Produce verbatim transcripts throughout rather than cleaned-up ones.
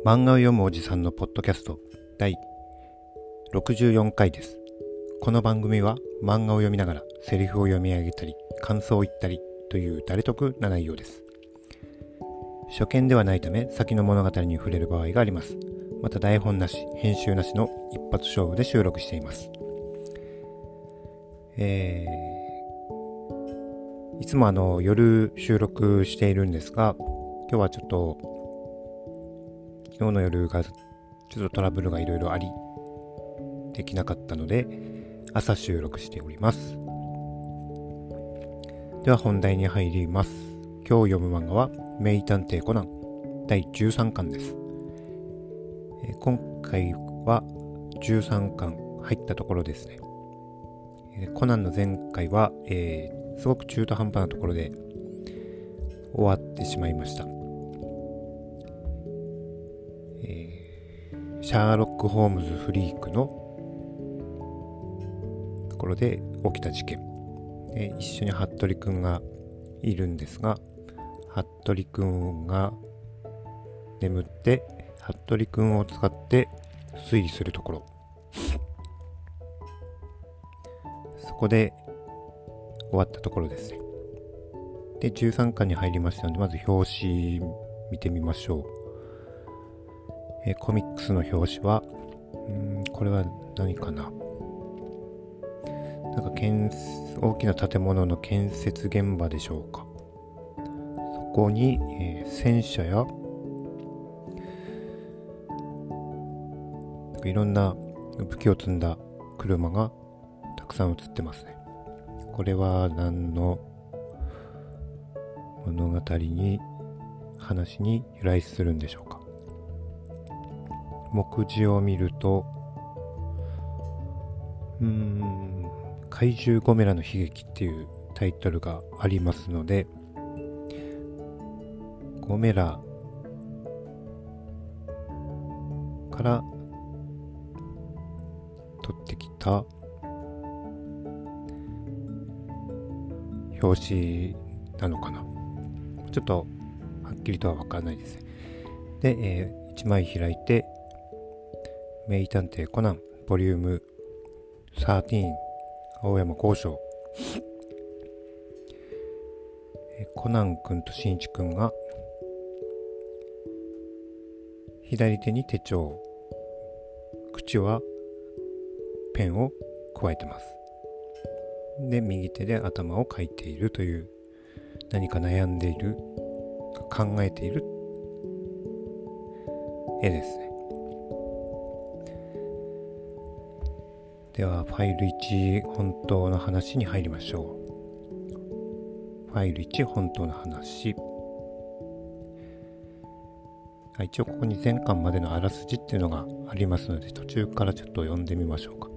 漫画を読むおじさんのポッドキャストだいろくじゅうよんかいです。この番組は漫画を読みながらセリフを読み上げたり感想を言ったりという誰得な内容です。初見ではないため先の物語に触れる場合があります。また台本なし編集なしの一発勝負で収録しています。えー、いつもあの夜収録しているんですが、今日はちょっと昨日の夜がちょっとトラブルがいろいろありできなかったので朝収録しております。では本題に入ります。今日読む漫画は名探偵コナンだいじゅうさんかんです。えー、今回はじゅうさんかん入ったところですね。えー、コナンの前回は、えー、すごく中途半端なところで終わってしまいました。えー、シャーロック・ホームズフリークのところで起きた事件、えー、一緒に服部くんがいるんですが、服部くんが眠って服部くんを使って推理するところ、そこで終わったところですね。でじゅうさんかんに入りましたので、まず表紙見てみましょう。えー、コミックスの表紙はうーんこれは何かな、なんか建大きな建物の建設現場でしょうか。そこに、えー、戦車やなんかいろんな武器を積んだ車がたくさん写ってますね。これは何の物語に話に由来するんでしょうか。目次を見るとうーん怪獣ゴメラの悲劇っていうタイトルがありますので、ゴメラから取ってきた表紙なのかな、ちょっとはっきりとは分からないですね。で、えー、いちまい開いて名探偵コナンボリュームじゅうさん青山剛昌、コナン君と新一君が左手に手帳、口はペンを加えてます。で右手で頭を描いているという、何か悩んでいる考えている絵ですね。ではファイルいち本当の話に入りましょう。ファイルいち本当の話、一応ここに前巻までのあらすじっていうのがありますので、途中からちょっと読んでみましょうか。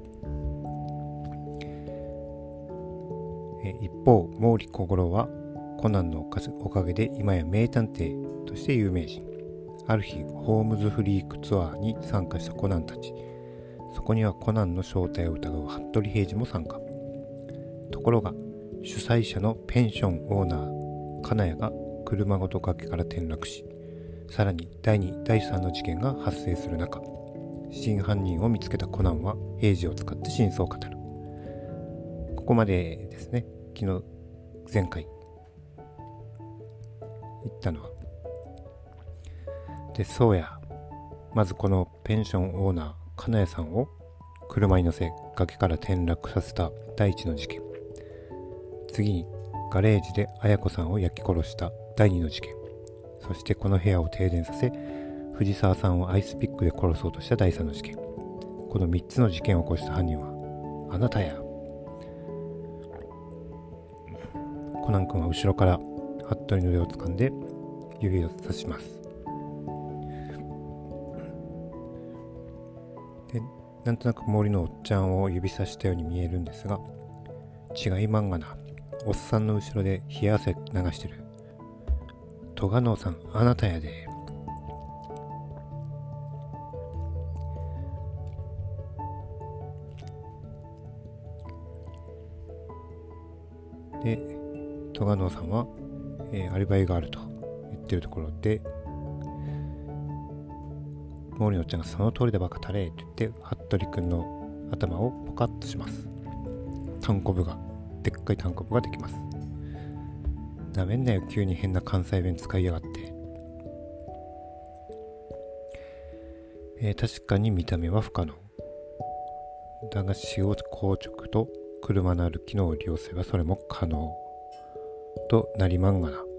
え一方毛利小五郎はコナンのおかげで今や名探偵として有名人。ある日ホームズフリークツアーに参加したコナンたち、そこにはコナンの正体を疑う服部平次も参加。ところが主催者のペンションオーナー金谷が車ごと崖から転落し、さらにだいにだいさんの事件が発生する中、真犯人を見つけたコナンは平次を使って真相を語る。ここまでですね。昨日前回言ったのはで、そうや、まずこのペンションオーナー金谷さんを車に乗せ崖から転落させた第一の事件、次にガレージで綾子さんを焼き殺した第二の事件、そしてこの部屋を停電させ藤沢さんをアイスピックで殺そうとした第三の事件。このみっつの事件を起こした犯人はあなたや。コナン君は後ろから服部の腕を掴んで指をさします。でなんとなく森のおっちゃんを指さしたように見えるんですが、違いまんがな。おっさんの後ろで冷や汗流してる戸賀能さんあなたやで。で戸賀能さんは、えー、アリバイがあると言ってるところで、 毛利のおっちゃんがその通りでバカたれって言って、服部くんの頭をポカッとします。タンコブが、でっかいタンコブができます。なめんなよ、急に変な関西弁使いやがって。えー、確かに見た目は不可能。だが死後硬直と車の歩きの利用性はそれも可能となりまんがな。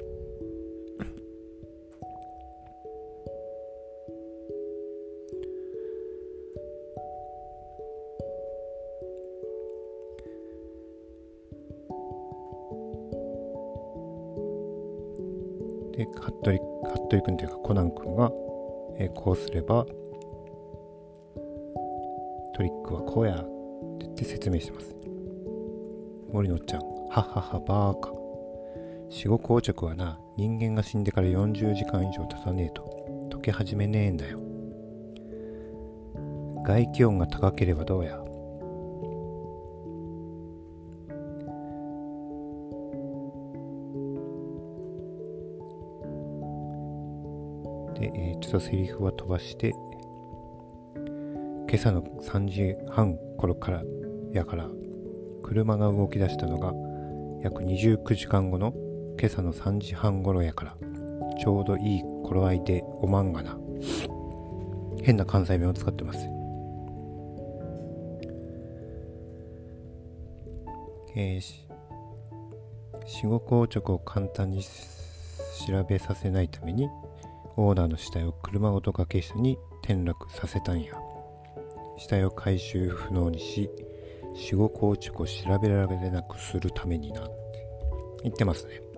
で、服部、服部君というかコナン君が、えー、こうすればトリックはこうやって言って説明してます。森のおっちゃん、はっはっはバーカ。死後硬直はな、人間が死んでからよんじゅうじかん以上経たねえと溶け始めねえんだよ。外気温が高ければどうや。で、えー、ちょっとセリフは飛ばして、今朝のさんじはん頃からやから、車が動き出したのが約にじゅうくじかんごの今朝のさんじはん頃やから、ちょうどいい頃合いでおまんがな。変な関西弁を使ってます。えー、死後硬直を簡単に調べさせないためにオーナーの死体を車ごと崖下に転落させたんや。死体を回収不能にし、死後硬直を調べられなくするためになって言ってますね。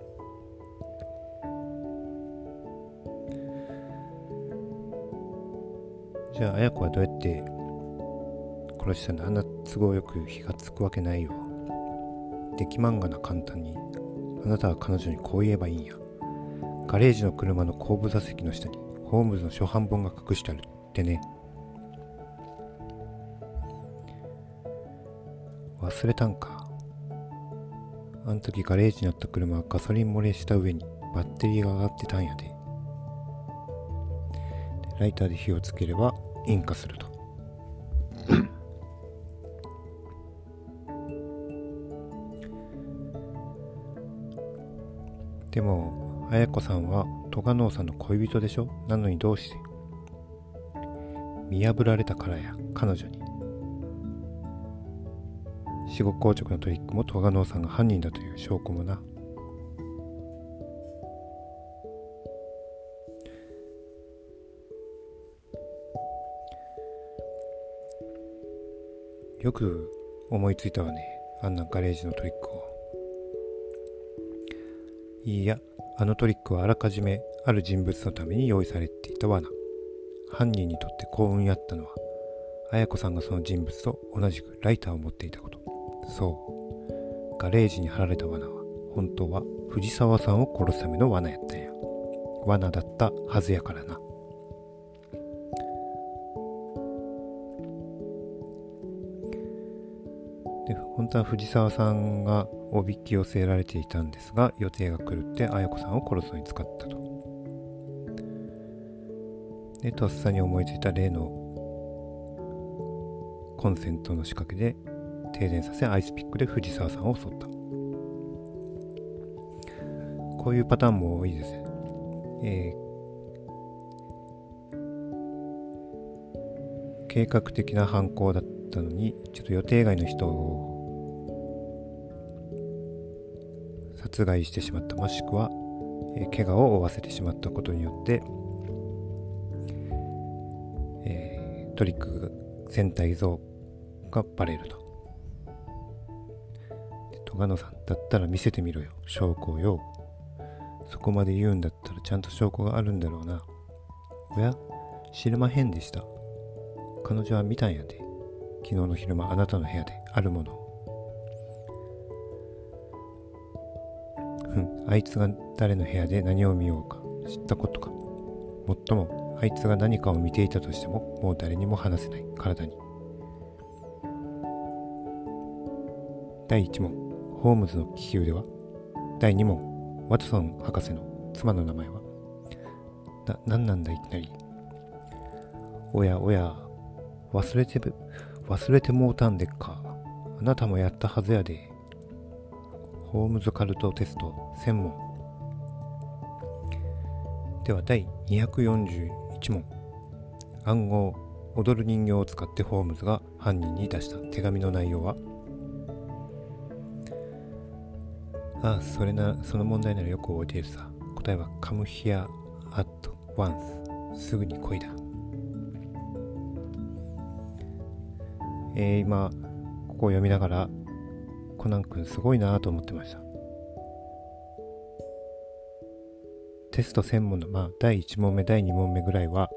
じゃあ綾子はどうやって殺したんだ。あんな都合よく火がつくわけないよ。できまんがな、簡単に。あなたは彼女にこう言えばいいんや。ガレージの車の後部座席の下にホームズの初版本が隠してあるってね。忘れたんか。あの時ガレージにあった車はガソリン漏れした上にバッテリーが上がってたんやで。でライターで火をつければ引火すると。でも綾子さんは戸賀能さんの恋人でしょ。なのにどうして。見破られたからや。彼女に死後硬直のトリックも戸賀能さんが犯人だという証拠もな。よく思いついたわね、あんなガレージのトリックを。いいや、あのトリックはあらかじめある人物のために用意されていた罠。犯人にとって幸運やったのは綾子さんがその人物と同じくライターを持っていたこと。そう、ガレージに張られた罠は本当は藤沢さんを殺すための罠やったんや。罠だったはずやからな。で、本当は藤沢さんがおびき寄せられていたんですが、予定が狂って綾子さんを殺すのに使ったと。で、とっさに思いついた例のコンセントの仕掛けで停電させ、アイスピックで藤沢さんを襲った。こういうパターンも多いです。えー、計画的な犯行だったのにちょっと予定外の人を殺害してしまった、もしくは、えー、怪我を負わせてしまったことによって、えー、トリック全体像がバレると。戸賀野さんだったら見せてみろよ、証拠をよ。そこまで言うんだったらちゃんと証拠があるんだろうな。おや、知りまへんでした。彼女は見たんやで。昨日の昼間あなたの部屋であるものを。ふん、あいつが誰の部屋で何を見ようか知ったことか。もっともあいつが何かを見ていたとしてももう誰にも話せない体に。だいいち問、ホームズの利き腕は。だいに問、ワトソン博士の妻の名前は。な、なんなんだいきなり。 おやおや、忘れて忘れてもうたんでっか。あなたもやったはずやで。ホームズカルトテスト専門。ではだいにひゃくよんじゅういち問。暗号踊る人形を使ってホームズが犯人に出した手紙の内容は？ああ、それなその問題ならよく覚えているさ。答えは Come here at once。 すぐに来いだ。えー、今ここを読みながらコナン君すごいなと思ってました。テスト専門のまあだいいち問目だいに問目ぐらいは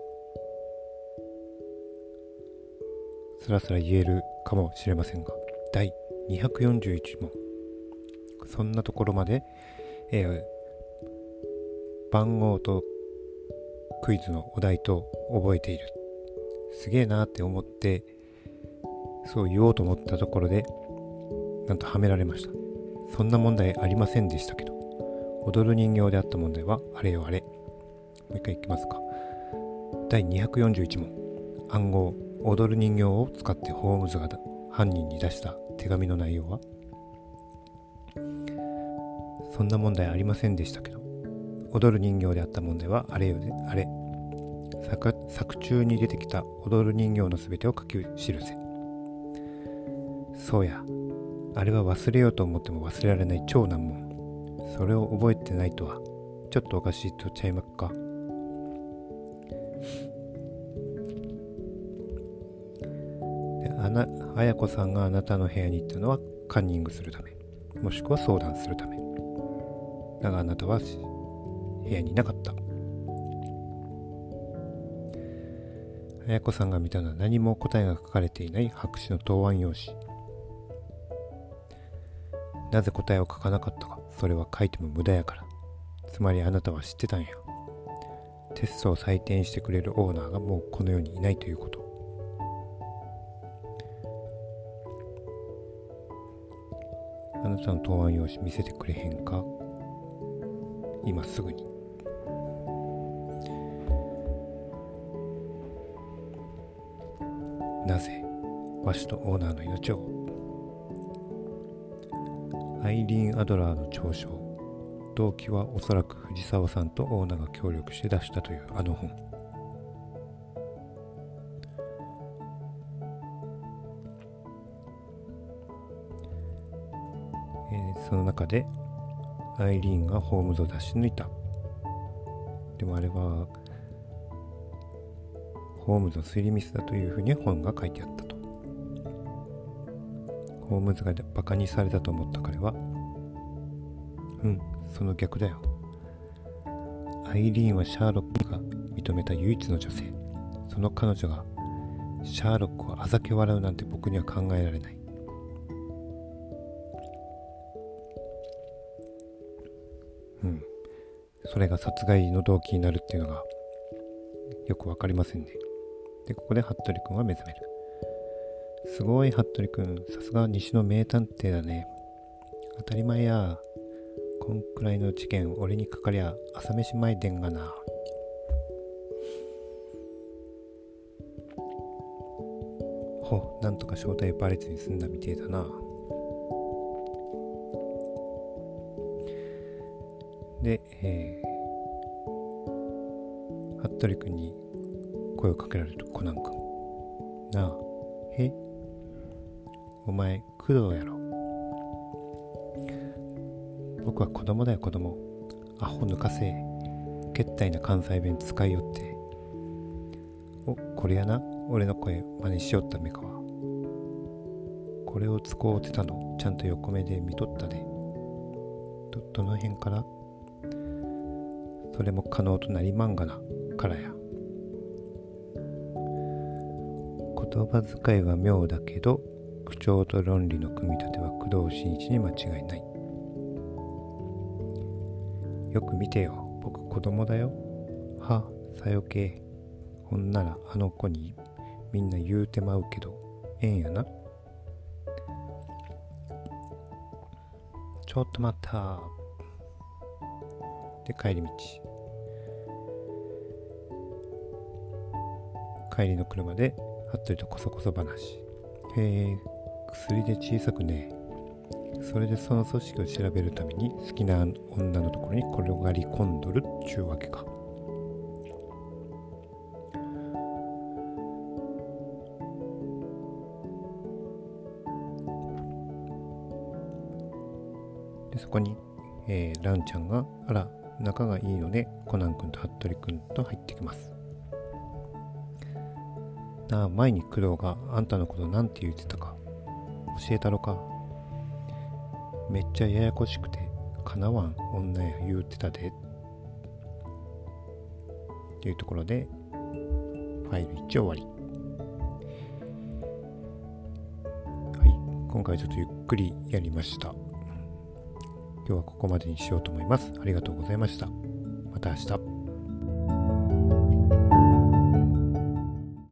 スラスラ言えるかもしれませんが、だいにひゃくよんじゅういち問、そんなところまで、えー、番号とクイズのお題と覚えている。すげえなって思ってそう言おうと思ったところで、なんとはめられました。そんな問題ありませんでしたけど、踊る人形であった問題はあれよあれ。もう一回いきますか。だいにひゃくよんじゅういち問。暗号踊る人形を使ってホームズが犯人に出した手紙の内容は？そんな問題ありませんでしたけど、踊る人形であった問題はあれよであれ。作, 作中に出てきた踊る人形のすべてを書き記せ。そうや、あれは忘れようと思っても忘れられない超難問。それを覚えてないとはちょっとおかしいとちゃいまっか。であな綾子さんがあなたの部屋に行ったのはカンニングするため、もしくは相談するため。だがあなたは部屋にいなかった。綾子さんが見たのは何も答えが書かれていない白紙の答案用紙。なぜ答えを書かなかったか、それは書いても無駄やから。つまりあなたは知ってたんや。テストを採点してくれるオーナーがもうこの世にいないということ。あなたの答案用紙見せてくれへんか、今すぐに。なぜわしとオーナーの命を？アイリーン・アドラーの嘲笑。動機はおそらく藤沢さんとオーナーが協力して出したというあの本。えー、その中でアイリーンがホームズを出し抜いた。でもあれはホームズの推理ミスだというふうに本が書いてあったと。ホームズがバカにされたと思った彼は、うん、その逆だよ。アイリーンはシャーロックが認めた唯一の女性。その彼女がシャーロックをあざけ笑うなんて僕には考えられない。うん、それが殺害の動機になるっていうのがよくわかりませんね。で、ここで服部君は目覚める。すごい服部君、さすが西の名探偵だね。当たり前や。こんくらいの事件俺にかかりゃ朝飯前でんがな。ほ、なんとか正体バレずに済んだみてえだな。で、えー、服部君に声をかけられるコナン君。なあ、へ、お前工藤やろ。僕は子供だよ子供。アホ抜かせ。けったいな関西弁使いよって。お、これやな。俺の声真似しよっためかは。これを使うてたのちゃんと横目で見とったで。ど、どの辺から？それも可能となりまんがなからや。言葉遣いは妙だけど口調と論理の組み立ては工藤新一に間違いない。よく見てよ、僕子供だよ。は、さよけ。ほんならあの子にみんな言うてまうけどええんやな。ちょっと待った。で帰り道。 帰りの車で服部とこそこそ話。へえ、薬で小さくね。それでその組織を調べるために好きな女のところに転がり込んどるっちゅうわけか。でそこに、えー、ランちゃんがあら仲がいいのでコナン君と服部君と入ってきます。なあ、前に工藤があんたのことなんて言ってたか教えたろか。めっちゃややこしくてかなわん女や言うてたでというところでファイルいち終わり。はい、今回ちょっとゆっくりやりました。今日はここまでにしようと思います。ありがとうございました。また明日。